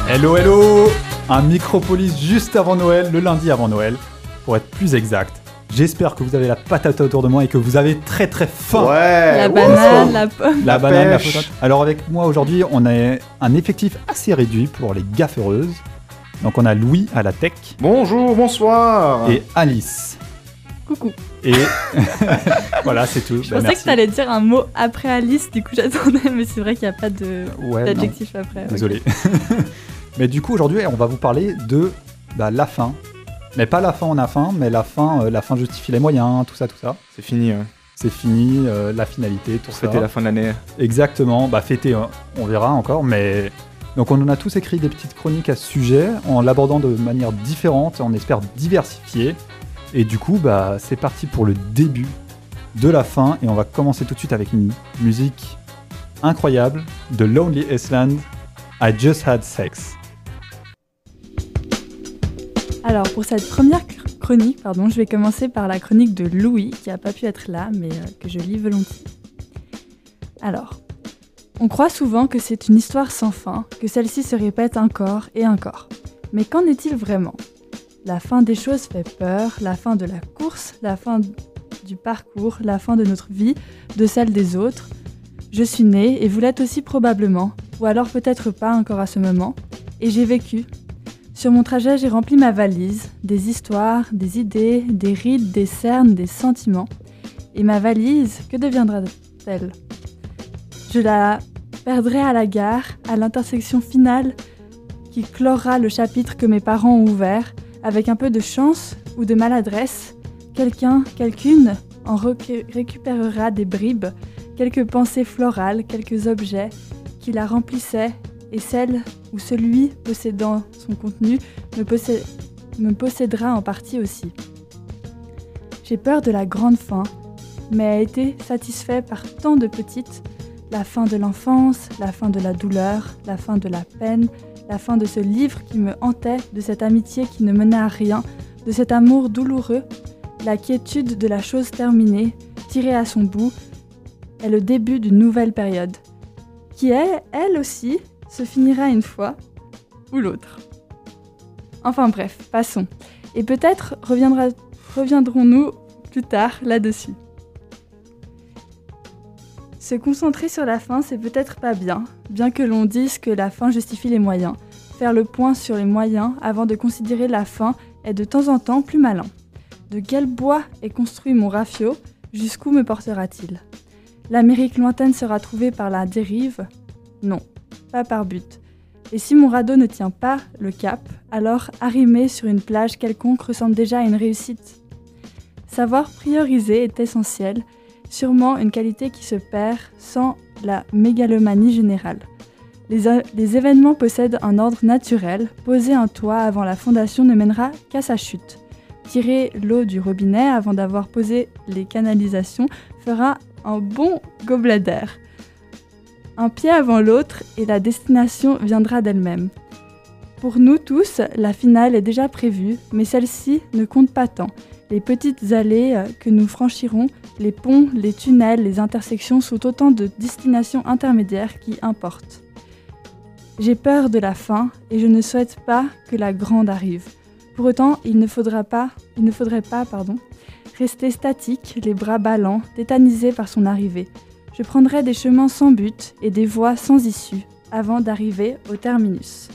Hello, hello! Un Micropolis juste avant Noël, le lundi avant Noël, pour être plus exact. J'espère que vous avez la patate autour de moi et que vous avez très très faim. Ouais. La banane, la pomme. La banane, la pêche. patate. Alors avec moi aujourd'hui, on a un effectif assez réduit pour les gaffeuses. Donc on a Louis à la tech Bonjour, bonsoir. et Alice. Coucou. Et voilà, c'est tout. Je pensais que t'allais dire un mot après Alice, du coup j'attendais, mais c'est vrai qu'il n'y a pas d'adjectif après. Désolé. Mais du coup, aujourd'hui, on va vous parler de la fin. Mais pas la fin on a faim, mais la fin justifie les moyens, tout ça. C'est fini. C'est fini, la finalité, tout Pour ça. fêter la fin de l'année. Exactement, fêter, on verra encore, mais... Donc on en a tous écrit des petites chroniques à ce sujet, en l'abordant de manière différente, on espère diversifier. Et du coup, c'est parti pour le début de la fin, et on va commencer tout de suite avec une musique incroyable de Lonely Island, I Just Had Sex. Alors pour cette première chronique, je vais commencer par la chronique de Louis, qui n'a pas pu être là, mais que je lis volontiers. Alors, on croit souvent que c'est une histoire sans fin, que celle-ci se répète encore et encore. Mais qu'en est-il vraiment ? La fin des choses fait peur, la fin de la course, la fin du parcours, la fin de notre vie, de celle des autres. Je suis née, et vous l'êtes aussi probablement, ou alors peut-être pas encore à ce moment, et j'ai vécu. Sur mon trajet, j'ai rempli ma valise, des histoires, des idées, des rides, des cernes, des sentiments. Et ma valise, que deviendra-t-elle ? Je la perdrai à la gare, à l'intersection finale qui clora le chapitre que mes parents ont ouvert. Avec un peu de chance ou de maladresse, quelqu'une en récupérera des bribes, quelques pensées florales, quelques objets qui la remplissaient, et celle ou celui possédant son contenu me possédera en partie aussi. J'ai peur de la grande fin, mais a été satisfait par tant de petites, la fin de l'enfance, la fin de la douleur, la fin de la peine, la fin de ce livre qui me hantait, de cette amitié qui ne menait à rien, de cet amour douloureux, la quiétude de la chose terminée, tirée à son bout, est le début d'une nouvelle période, qui elle aussi, se finira une fois ou l'autre. Enfin bref, passons. Et peut-être reviendrons-nous plus tard là-dessus. Se concentrer sur la fin, c'est peut-être pas bien que l'on dise que la fin justifie les moyens. Faire le point sur les moyens avant de considérer la fin est de temps en temps plus malin. De quel bois est construit mon rafio ? Jusqu'où me portera-t-il ? L'Amérique lointaine sera trouvée par la dérive ? Non, pas par but. Et si mon radeau ne tient pas le cap, alors arrimer sur une plage quelconque ressemble déjà à une réussite. Savoir prioriser est essentiel, sûrement une qualité qui se perd sans la mégalomanie générale. Les événements possèdent un ordre naturel. Poser un toit avant la fondation ne mènera qu'à sa chute. Tirer l'eau du robinet avant d'avoir posé les canalisations fera un bon gobelet d'air. Un pied avant l'autre et la destination viendra d'elle-même. Pour nous tous, la finale est déjà prévue, mais celle-ci ne compte pas tant. Les petites allées que nous franchirons, les ponts, les tunnels, les intersections sont autant de destinations intermédiaires qui importent. J'ai peur de la fin et je ne souhaite pas que la grande arrive. Pour autant, il ne faudrait pas, rester statique, les bras ballants, tétanisé par son arrivée. Je prendrai des chemins sans but et des voies sans issue avant d'arriver au terminus.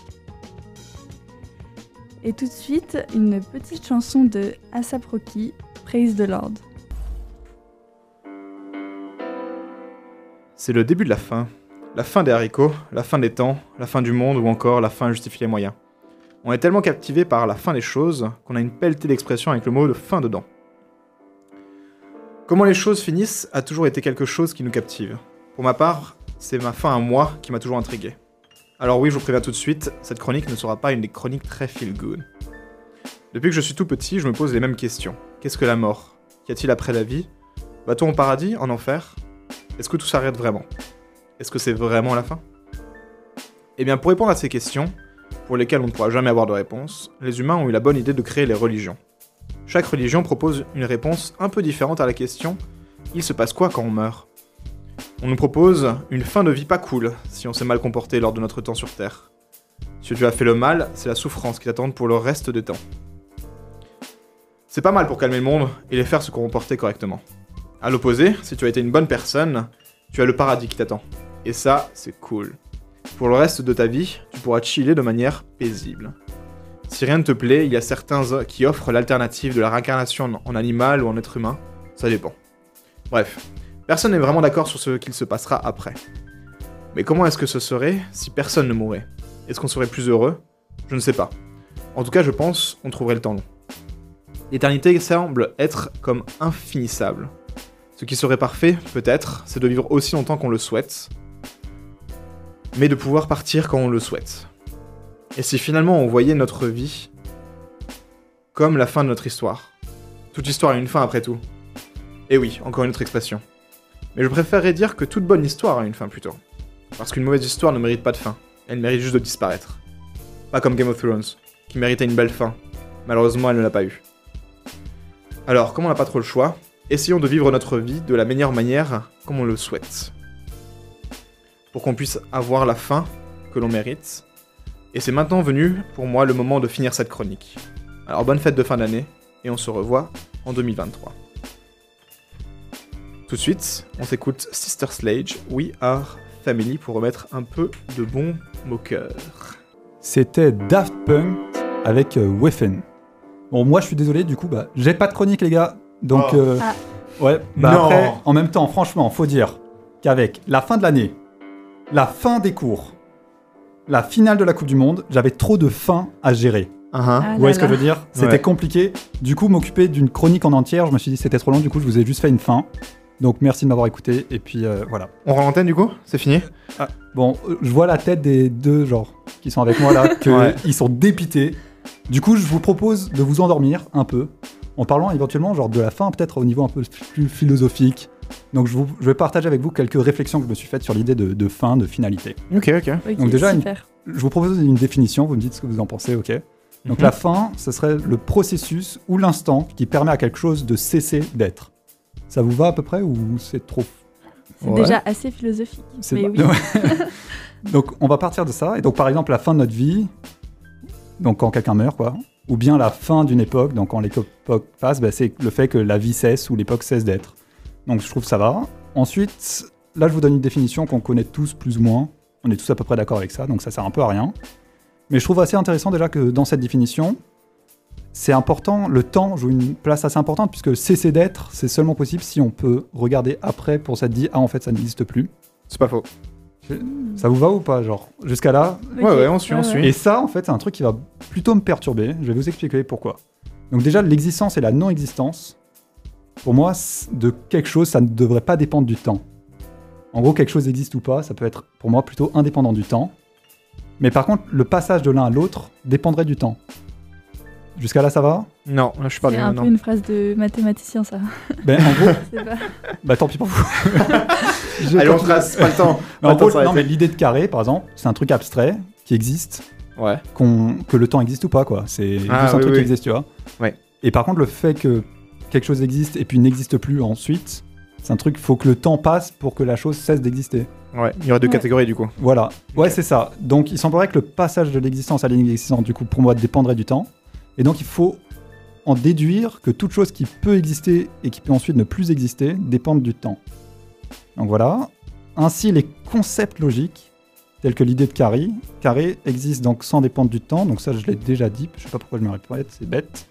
Et tout de suite, une petite chanson de A$AP Rocky, Praise the Lord. C'est le début de la fin des haricots, la fin des temps, la fin du monde ou encore la fin justifie les moyens. On est tellement captivé par la fin des choses qu'on a une pelletée d'expressions avec le mot de fin dedans. Comment les choses finissent a toujours été quelque chose qui nous captive. Pour ma part, c'est ma fin à moi qui m'a toujours intrigué. Alors oui, je vous préviens tout de suite, cette chronique ne sera pas une des chroniques très feel good. Depuis que je suis tout petit, je me pose les mêmes questions. Qu'est-ce que la mort ? Qu'y a-t-il après la vie ? Va-t-on au paradis ? En enfer ? Est-ce que tout s'arrête vraiment ? Est-ce que c'est vraiment la fin ? Eh bien, pour répondre à ces questions, pour lesquelles on ne pourra jamais avoir de réponse, les humains ont eu la bonne idée de créer les religions. Chaque religion propose une réponse un peu différente à la question « Il se passe quoi quand on meurt ?» On nous propose une fin de vie pas cool si on s'est mal comporté lors de notre temps sur Terre. Si tu as fait le mal, c'est la souffrance qui t'attend pour le reste des temps. C'est pas mal pour calmer le monde et les faire se comporter correctement. À l'opposé, si tu as été une bonne personne, tu as le paradis qui t'attend. Et ça, c'est cool. Pour le reste de ta vie, tu pourras chiller de manière paisible. Si rien ne te plaît, il y a certains qui offrent l'alternative de la réincarnation en animal ou en être humain. Ça dépend. Bref, personne n'est vraiment d'accord sur ce qu'il se passera après. Mais comment est-ce que ce serait si personne ne mourait? Est-ce qu'on serait plus heureux? Je ne sais pas. En tout cas, je pense qu'on trouverait le temps long. L'éternité semble être comme infinissable. Ce qui serait parfait, peut-être, c'est de vivre aussi longtemps qu'on le souhaite, mais de pouvoir partir quand on le souhaite. Et si finalement on voyait notre vie comme la fin de notre histoire? Toute histoire a une fin après tout. Et oui, encore une autre expression. Mais je préférerais dire que toute bonne histoire a une fin plutôt. Parce qu'une mauvaise histoire ne mérite pas de fin, elle mérite juste de disparaître. Pas comme Game of Thrones, qui méritait une belle fin. Malheureusement, elle ne l'a pas eu. Alors, comme on n'a pas trop le choix, essayons de vivre notre vie de la meilleure manière comme on le souhaite. Pour qu'on puisse avoir la fin que l'on mérite. Et c'est maintenant venu, pour moi, le moment de finir cette chronique. Alors bonne fête de fin d'année, et on se revoit en 2023. Tout de suite, on s'écoute Sister Sledge, We Are Family, pour remettre un peu de bon au cœur. C'était Daft Punk avec Weapon. Bon, moi je suis désolé, du coup, j'ai pas de chronique, les gars. Donc, ouais, non. Après, en même temps, franchement, faut dire qu'avec la fin de l'année, la fin des cours, la finale de la Coupe du Monde, j'avais trop de fins à gérer. Vous voyez ce que je veux dire? C'était compliqué. Du coup, m'occuper d'une chronique en entière, je me suis dit c'était trop long, du coup, je vous ai juste fait une fin. Donc, merci de m'avoir écouté, et puis voilà. On rend l'antenne du coup? C'est fini? Bon, je vois la tête des deux, qui sont avec moi là, qu'ils sont dépités. Du coup, je vous propose de vous endormir un peu, en parlant éventuellement de la fin, peut-être au niveau un peu plus philosophique. Donc je vais partager avec vous quelques réflexions que je me suis faites sur l'idée de fin, de finalité. Ok. Donc déjà, je vous propose une définition, vous me dites ce que vous en pensez, ok? Donc la fin, ce serait le processus ou l'instant qui permet à quelque chose de cesser d'être. Ça vous va à peu près ou c'est trop? C'est déjà assez philosophique, mais oui. Donc on va partir de ça. Et donc par exemple, la fin de notre vie, donc quand quelqu'un meurt, quoi. Ou bien la fin d'une époque, donc quand l'époque passe, c'est le fait que la vie cesse ou l'époque cesse d'être. Donc je trouve que ça va. Ensuite, là je vous donne une définition qu'on connaît tous plus ou moins. On est tous à peu près d'accord avec ça, donc ça sert un peu à rien. Mais je trouve assez intéressant déjà que dans cette définition, c'est important, le temps joue une place assez importante, puisque cesser d'être, c'est seulement possible si on peut regarder après pour s'être dit « Ah, en fait, ça n'existe plus ». C'est pas faux. Ça vous va ou pas, jusqu'à là? Ouais, on suit. Et ça, en fait, c'est un truc qui va plutôt me perturber. Je vais vous expliquer pourquoi. Donc déjà, l'existence et la non-existence, pour moi, de quelque chose, ça ne devrait pas dépendre du temps. En gros, quelque chose existe ou pas, ça peut être, pour moi, plutôt indépendant du temps. Mais par contre, le passage de l'un à l'autre dépendrait du temps. Jusqu'à là, ça va? Non, là, je suis pas bien. C'est un peu une phrase de mathématicien, ça. En gros... C'est pas... tant pis pour vous. Allez, on trace, pas le temps. Mais l'idée de carré, par exemple, c'est un truc abstrait qui existe, que le temps existe ou pas, quoi. C'est juste un truc qui existe, tu vois. Ouais. Et par contre, le fait que quelque chose existe et puis n'existe plus ensuite, c'est un truc, il faut que le temps passe pour que la chose cesse d'exister. Ouais, il y aurait deux catégories, du coup. Voilà. Ouais, c'est ça. Donc, il semblerait que le passage de l'existence à l'inexistence, du coup, pour moi, dépendrait du temps. Et donc, il faut en déduire que toute chose qui peut exister et qui peut ensuite ne plus exister dépendent du temps. Donc voilà. Ainsi, les concepts logiques, tels que l'idée de carré existent donc sans dépendre du temps. Donc ça, je l'ai déjà dit. Je sais pas pourquoi je me répète, c'est bête.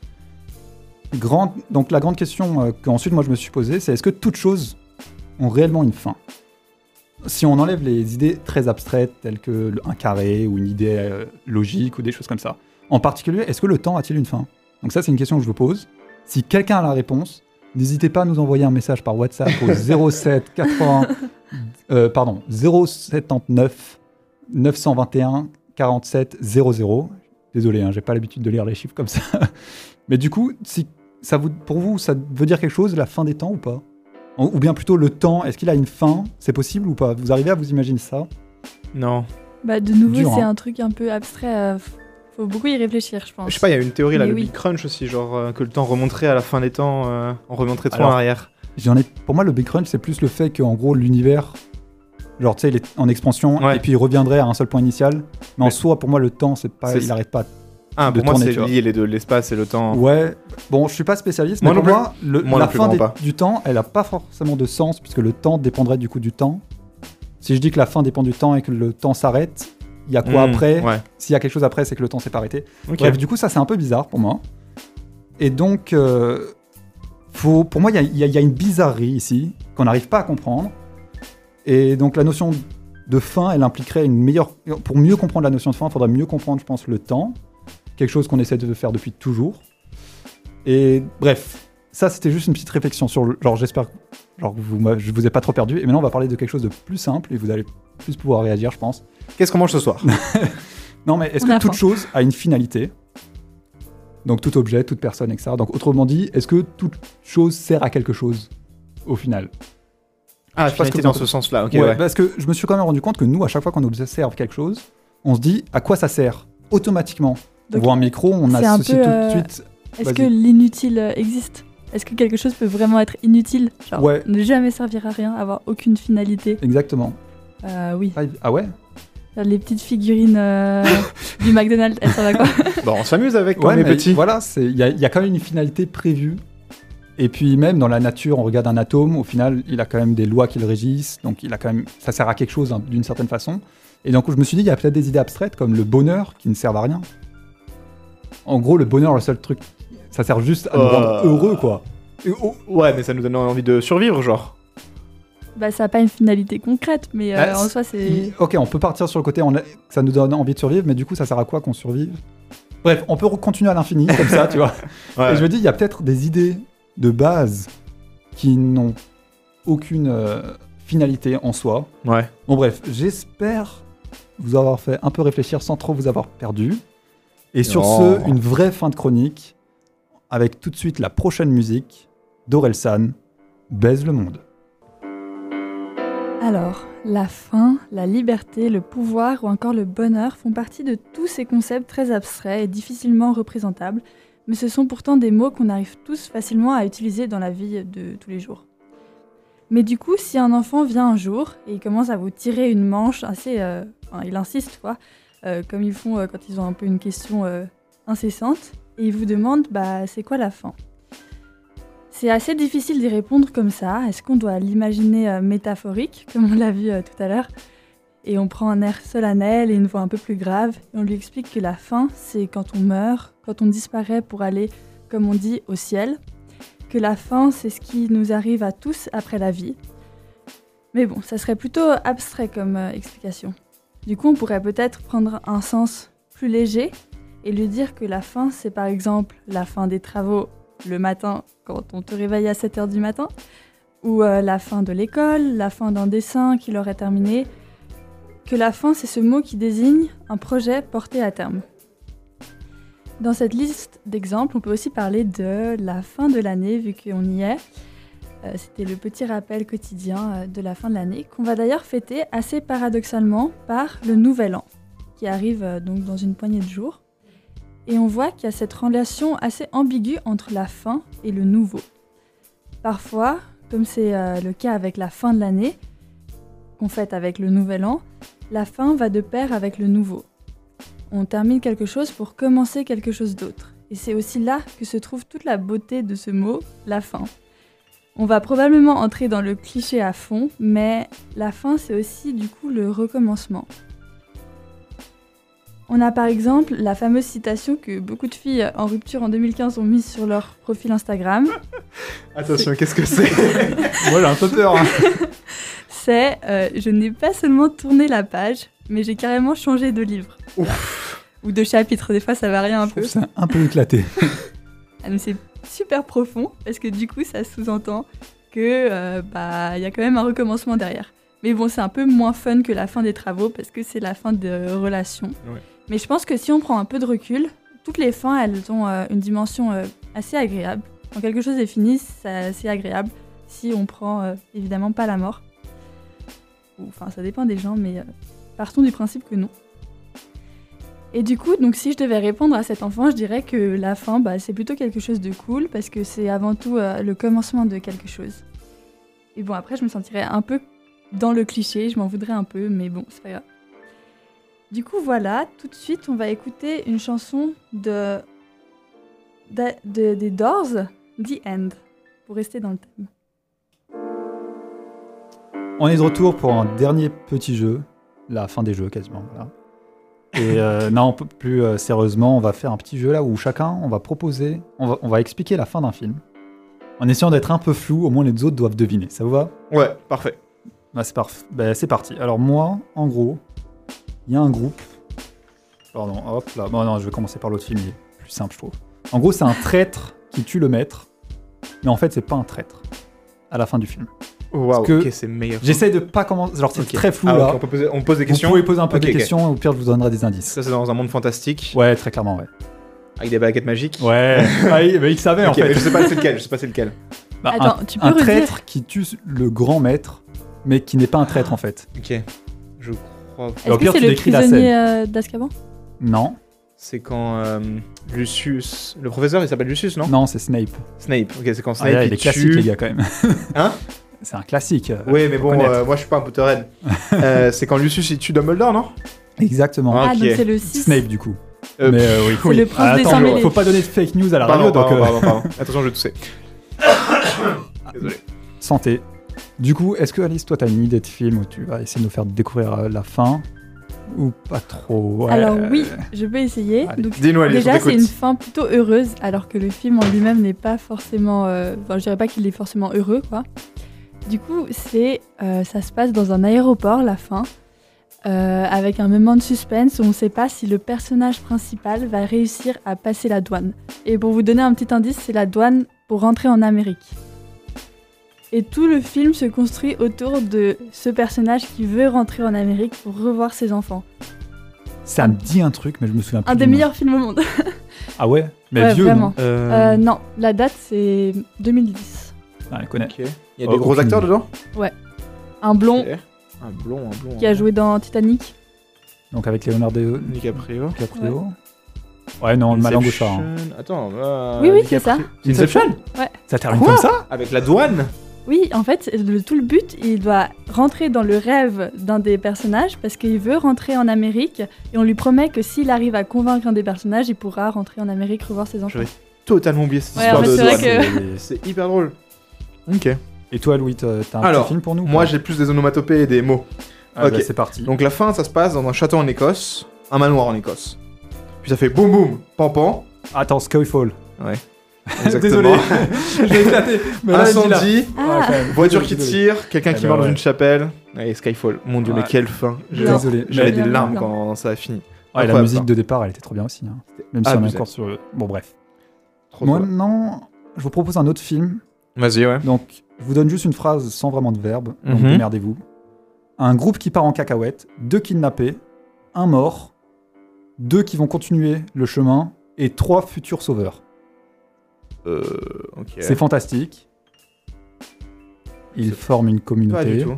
Donc la grande question qu'ensuite moi je me suis posée, c'est est-ce que toutes choses ont réellement une fin? Si on enlève les idées très abstraites, telles que un carré ou une idée logique ou des choses comme ça. En particulier, est-ce que le temps a-t-il une fin? Donc ça, c'est une question que je vous pose. Si quelqu'un a la réponse, n'hésitez pas à nous envoyer un message par WhatsApp au 079 921 47 00. Désolé, j'ai pas l'habitude de lire les chiffres comme ça. Mais du coup, si pour vous, ça veut dire quelque chose, la fin des temps ou pas? Ou bien plutôt le temps, est-ce qu'il a une fin? C'est possible ou pas? Vous arrivez à vous imaginer ça? Non. De nouveau, c'est un truc un peu abstrait. Faut beaucoup y réfléchir, je pense. Je sais pas, il y a une théorie là, le Big Crunch aussi, que le temps remonterait à la fin des temps, on remonterait trop en arrière. Pour moi, le Big Crunch, c'est plus le fait qu'en gros, l'univers, il est en expansion et puis il reviendrait à un seul point initial. Mais en Mais- soi, pour moi, le temps, il n'arrête pas. Ah, de pour moi, tourner, c'est tu vois. lié les deux, l'espace et le temps. Ouais, bon, je suis pas spécialiste, Moi mais non pour plus. moi, Moi la non plus, fin vraiment pas. du temps, elle a pas forcément de sens, puisque le temps dépendrait du coup du temps. Si je dis que la fin dépend du temps et que le temps s'arrête, il y a quoi après Ouais. S'il y a quelque chose après, c'est que le temps s'est pas arrêté. Ok. Bref, du coup, ça c'est un peu bizarre pour moi. Et donc, pour moi, il y a une bizarrerie ici qu'on n'arrive pas à comprendre. Et donc, la notion de fin, elle impliquerait une meilleure. Pour mieux comprendre la notion de fin, il faudrait mieux comprendre, je pense, le temps. Quelque chose qu'on essaie de faire depuis toujours. Et bref, ça c'était juste une petite réflexion sur genre j'espère genre que je vous ai pas trop perdu. Et maintenant, on va parler de quelque chose de plus simple et vous allez plus pouvoir réagir, je pense. Qu'est-ce qu'on mange ce soir? Non, mais est-ce On a que toute faim. chose a une finalité? Donc tout objet, toute personne, etc. Donc autrement dit, est-ce que toute chose sert à quelque chose au final? Ah, Je sais pas ce finalité que dans vous- ce sens-là, ok, Ouais, ouais. parce que je me suis quand même rendu compte que nous, à chaque fois qu'on observe quelque chose, on se dit à quoi ça sert automatiquement. On Donc, voit un micro, on c'est un associe peu, tout de suite. Est-ce Vas-y. que l'inutile existe? Est-ce que quelque chose peut vraiment être inutile? Genre, Ouais. ne jamais servir à rien, avoir aucune finalité? Exactement. Oui. Ah ouais? Les petites figurines du McDonald's, elles servent à quoi? Bon, on s'amuse avec quand Ouais, on est mais petit. voilà, il y a quand même une finalité prévue. Et puis même dans la nature, on regarde un atome, au final, il a quand même des lois qui le régissent, donc il a quand même, ça sert à quelque chose hein, d'une certaine façon. Et donc je me suis dit, il y a peut-être des idées abstraites comme le bonheur qui ne servent à rien. En gros, le bonheur, le seul truc, ça sert juste à nous rendre heureux, quoi. Et Ouais, mais ça nous donne envie de survivre, genre. Bah, ça n'a pas une finalité concrète, mais Bah, en soi, c'est. Ok, on peut partir sur le côté, ça nous donne envie de survivre, mais du coup, ça sert à quoi qu'on survive? Bref, on peut continuer à l'infini, comme ça, tu vois. Ouais. Et je me dis, il y a peut-être des idées de base qui n'ont aucune finalité en soi. Ouais. Bon bref, j'espère vous avoir fait un peu réfléchir sans trop vous avoir perdu. Et sur Oh. ce, une vraie fin de chronique, avec tout de suite la prochaine musique d'Orelsan, Baise le monde. Alors, la faim, la liberté, le pouvoir ou encore le bonheur font partie de tous ces concepts très abstraits et difficilement représentables, mais ce sont pourtant des mots qu'on arrive tous facilement à utiliser dans la vie de tous les jours. Mais du coup, si un enfant vient un jour et il commence à vous tirer une manche assez... il insiste, quoi, comme ils font quand ils ont un peu une question incessante, et il vous demande, bah, c'est quoi la faim ? C'est assez difficile d'y répondre comme ça. Est-ce qu'on doit l'imaginer métaphorique, comme on l'a vu tout à l'heure? Et on prend un air solennel et une voix un peu plus grave, et on lui explique que la fin, c'est quand on meurt, quand on disparaît pour aller, comme on dit, au ciel. Que la fin, c'est ce qui nous arrive à tous après la vie. Mais bon, ça serait plutôt abstrait comme explication. Du coup, on pourrait peut-être prendre un sens plus léger et lui dire que la fin, c'est par exemple la fin des travaux le matin quand on te réveille à 7h du matin, ou la fin de l'école, la fin d'un dessin qu'il aurait terminé, que la fin c'est ce mot qui désigne un projet porté à terme. Dans cette liste d'exemples, on peut aussi parler de la fin de l'année, vu qu'on y est. C'était le petit rappel quotidien de la fin de l'année, qu'on va d'ailleurs fêter assez paradoxalement par le Nouvel An, qui arrive donc dans une poignée de jours. Et on voit qu'il y a cette relation assez ambiguë entre la fin et le nouveau. Parfois, comme c'est le cas avec la fin de l'année, qu'on fête avec le Nouvel An, la fin va de pair avec le nouveau. On termine quelque chose pour commencer quelque chose d'autre. Et c'est aussi là que se trouve toute la beauté de ce mot, la fin. On va probablement entrer dans le cliché à fond, mais la fin c'est aussi du coup le recommencement. On a par exemple la fameuse citation que beaucoup de filles en rupture en 2015 ont mise sur leur profil Instagram. Attention, qu'est-ce que c'est? Moi j'ai un peu peur. Hein. C'est je n'ai pas seulement tourné la page, mais j'ai carrément changé de livre. Ou de chapitre, des fois ça varie un Je peu. trouve ça un peu éclaté. Ah, mais c'est super profond, parce que du coup ça sous-entend que y a quand même un recommencement derrière. Mais bon, c'est un peu moins fun que la fin des travaux, parce que c'est la fin de relations. Ouais. Mais je pense que si on prend un peu de recul, toutes les fins, elles ont une dimension assez agréable. Quand quelque chose est fini, c'est agréable. Si on prend évidemment pas la mort. Enfin, ça dépend des gens, mais partons du principe que non. Et du coup, donc, si je devais répondre à cet enfant, je dirais que la fin, c'est plutôt quelque chose de cool, parce que c'est avant tout le commencement de quelque chose. Et bon, après, je me sentirais un peu dans le cliché, je m'en voudrais un peu, mais bon, c'est pas grave. Du coup, voilà, tout de suite, on va écouter une chanson des Doors, The End, pour rester dans le thème. On est de retour pour un dernier petit jeu, la fin des jeux quasiment. Voilà. Et non, plus sérieusement, on va faire un petit jeu là où chacun, on va proposer, on va expliquer la fin d'un film. En essayant d'être un peu flou, au moins les autres doivent deviner. Ça vous va ? Ouais, parfait. Bah, c'est parti. Alors moi, en gros, il y a un groupe. Pardon, hop là. Bon, non, je vais commencer par l'autre film, il est plus simple, je trouve. En gros, c'est un traître qui tue le maître. Mais en fait, c'est pas un traître. À la fin du film. Waouh, que ok, c'est meilleur. J'essaye de pas commencer. Genre, c'est Ok. très flou Ah, là. ok, on pose des questions. Vous pouvez poser un peu Ok, des ok. questions, au pire, je vous donnerai des indices. Ça, c'est dans un monde fantastique. Ouais, très clairement, ouais. Avec des baguettes magiques. Ouais, mais il savait en Ok, fait. mais je sais pas c'est lequel. Bah, Attends, tu peux un redire traître qui tue le grand maître, mais qui n'est pas un traître en fait. Ok, je crois. Et au Est-ce pire, que c'est tu le décris la prisonnier d'Azkaban? Non, C'est quand Lucius. Le professeur, il s'appelle Lucius, non? non, c'est Snape. Snape. Ok, c'est quand Ah, Snape là, il il est tue. classique les gars quand même. Hein? C'est un classique. Oui, mais faut bon, connaître. moi je suis pas un Potterhead. C'est quand Lucius il tue Dumbledore, non? Exactement. Ah, Ah, ok. donc c'est le 6. Snape du coup. Euh, Mais oui. C'est le prince des Attends, sangs mêlés. faut pas donner de fake news à la radio, Pardon, donc pardon. Attention, je vais tousser. Désolé. santé. Du coup, est-ce que Alice, toi, t'as une idée de film où tu vas essayer de nous faire découvrir la fin ou pas trop? Ouais. Alors oui, je peux essayer. Allez. Donc, Dis-nous, Alice, on déjà, c'est t'écoute. une fin plutôt heureuse, alors que le film en lui-même n'est pas forcément... Enfin, je dirais pas qu'il est forcément heureux, quoi. Du coup, ça se passe dans un aéroport, la fin, avec un moment de suspense où on ne sait pas si le personnage principal va réussir à passer la douane. Et pour vous donner un petit indice, c'est la douane pour rentrer en Amérique. Et tout le film se construit autour de ce personnage qui veut rentrer en Amérique pour revoir ses enfants. Ça me dit un truc, mais je me souviens plus. Un du des nom. meilleurs films au monde. Ah ouais? Mais Ouais, vieux, vraiment. non? Non, la date c'est 2010. Ah, elle connaît. Ok. Il y a des gros aucune acteurs idée. dedans? Un blond Ok. Un blond. qui a joué dans Titanic. Donc avec Leonardo DiCaprio. DiCaprio. Ouais, non, le malangue au chat. Hein. Inception. Attends, Oui, c'est ça. Inception? Ça termine Quoi comme ça? Avec la douane? Oui, en fait, tout le but, il doit rentrer dans le rêve d'un des personnages parce qu'il veut rentrer en Amérique et on lui promet que s'il arrive à convaincre un des personnages, il pourra rentrer en Amérique revoir ses enfants. J'avais totalement oublié cette Ouais, histoire en fait, de c'est vrai douane. que- C'est hyper drôle. Ok. Et toi, Louis, t'as un Alors, petit film pour nous? Moi, j'ai plus des onomatopées et des mots. Ah, ok. bah, c'est parti. Donc la fin, ça se passe dans un château en Écosse, un manoir en Écosse. Puis ça fait boum boum, pampan. Attends, Skyfall. Ouais. Désolé, j'ai éclaté. Mais là, dis-la. Incendie, Ah, Ouais, quand même. voiture qui Désolé. tire, quelqu'un Eh qui ben meurt dans ouais. une chapelle. Et Skyfall. Mon dieu, mais Ouais. quelle fin. Blanc. Désolé. J'avais Mais- des larmes Blanc. quand ça a fini. Ouais, la Incroyable, musique ça. de départ, elle était trop bien aussi. Hein. Même si on est abusé. encore sur. Bon, bref. Trop Moi, trop. non, je vous propose un autre film. Vas-y, ouais. Donc, je vous donne juste une phrase sans vraiment de verbe. Donc, Mhm. démerdez-vous. Un groupe qui part en cacahuète, 2 kidnappés, 1 mort, 2 qui vont continuer le chemin et 3 futurs sauveurs. Ok. C'est fantastique. Ils C'est forment une Pas communauté. du tout.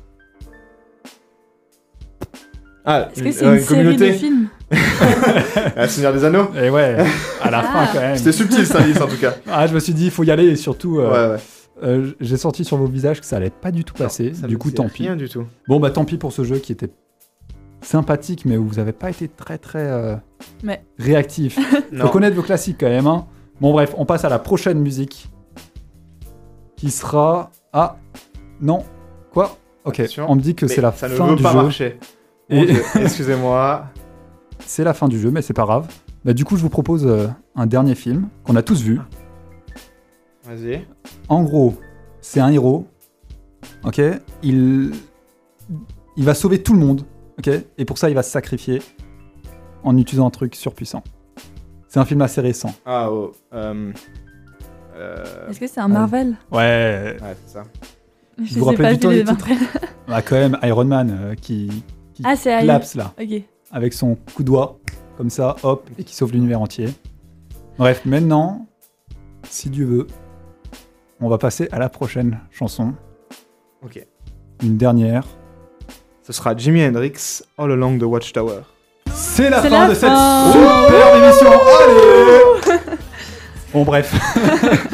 Ah, est-ce que c'est une série de films? Ah, Seigneur des Anneaux. Et ouais, à la Ah. fin quand même. C'était subtil, cet indice en tout cas. Ah, je me suis dit, il faut y aller et surtout, Ouais. j'ai senti sur vos visages que ça allait pas du tout passer. Ça Du me coup, disait tant pis. Rien du tout. Bon, bah tant pis pour ce jeu qui était sympathique, mais où vous avez pas été très Ouais. réactif. Non. Faut connaître vos classiques quand même. Hein. Bon, bref, on passe à la prochaine musique qui sera. Ah, non. Quoi? Ok, Attention. on me dit que Mais c'est la ça fin ne veut du pas jeu. marcher. Et- Mon Dieu, excusez-moi. C'est la fin du jeu, mais c'est pas grave. Bah, du coup, je vous propose un dernier film qu'on a tous vu. Vas-y. En gros, c'est un héros. Ok, il va sauver tout le monde. Ok, et pour ça, il va se sacrifier en utilisant un truc surpuissant. C'est un film assez récent. Ah, oh. Est-ce que c'est un Marvel? Ouais, Ouais, c'est ça. Je vous sais rappelez pas, du je temps dis des les Marvel. bah, quand même Iron Man qui Ah, c'est Iron. claps là, Ok. avec son coup de doigt, comme ça, hop, et qui sauve l'univers entier. Bref, maintenant, si Dieu veut, on va passer à la prochaine chanson. Ok. Une dernière. Ce sera Jimi Hendrix, All Along the Watchtower. C'est la C'est fin la de cette fin. super émission. Allez. Bon bref.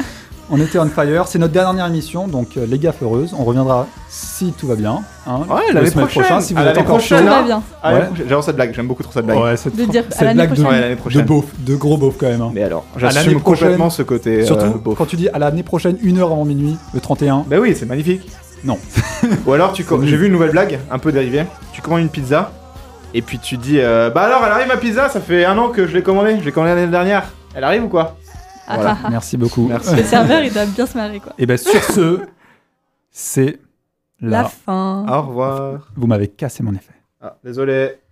On était on fire. C'est notre dernière émission, donc les gaffes heureuses. On reviendra si tout va bien. Hein, Ouais, la l'année semaine prochaine. si vous À êtes l'année encore chaud. Tout prochaine. va bien. Ouais. J'adore cette blague, j'aime beaucoup trop cette blague. Ouais, cette De dire à cette l'année blague de, prochaine. Ouais, l'année de prochaine. beauf, de gros beauf quand même. Hein. Mais alors, l'année j'assume prochaine, complètement ce côté Surtout beauf. quand tu dis à l'année prochaine, 1 heure avant minuit, le 31. Bah oui, c'est magnifique. Non. Ou alors, C'est j'ai nul. vu une nouvelle blague, un peu dérivée. Tu commandes une pizza, et puis tu dis bah alors, elle arrive ma pizza, ça fait 1 an que je l'ai commandée. Je l'ai commandée l'année dernière. Elle arrive ou quoi? Ah, Voilà. ah, ah. Merci beaucoup. Merci. Le serveur, il doit bien se marrer, quoi. Et bien sur ce, c'est La là. fin. Au revoir. Vous m'avez cassé mon effet. Ah, désolé.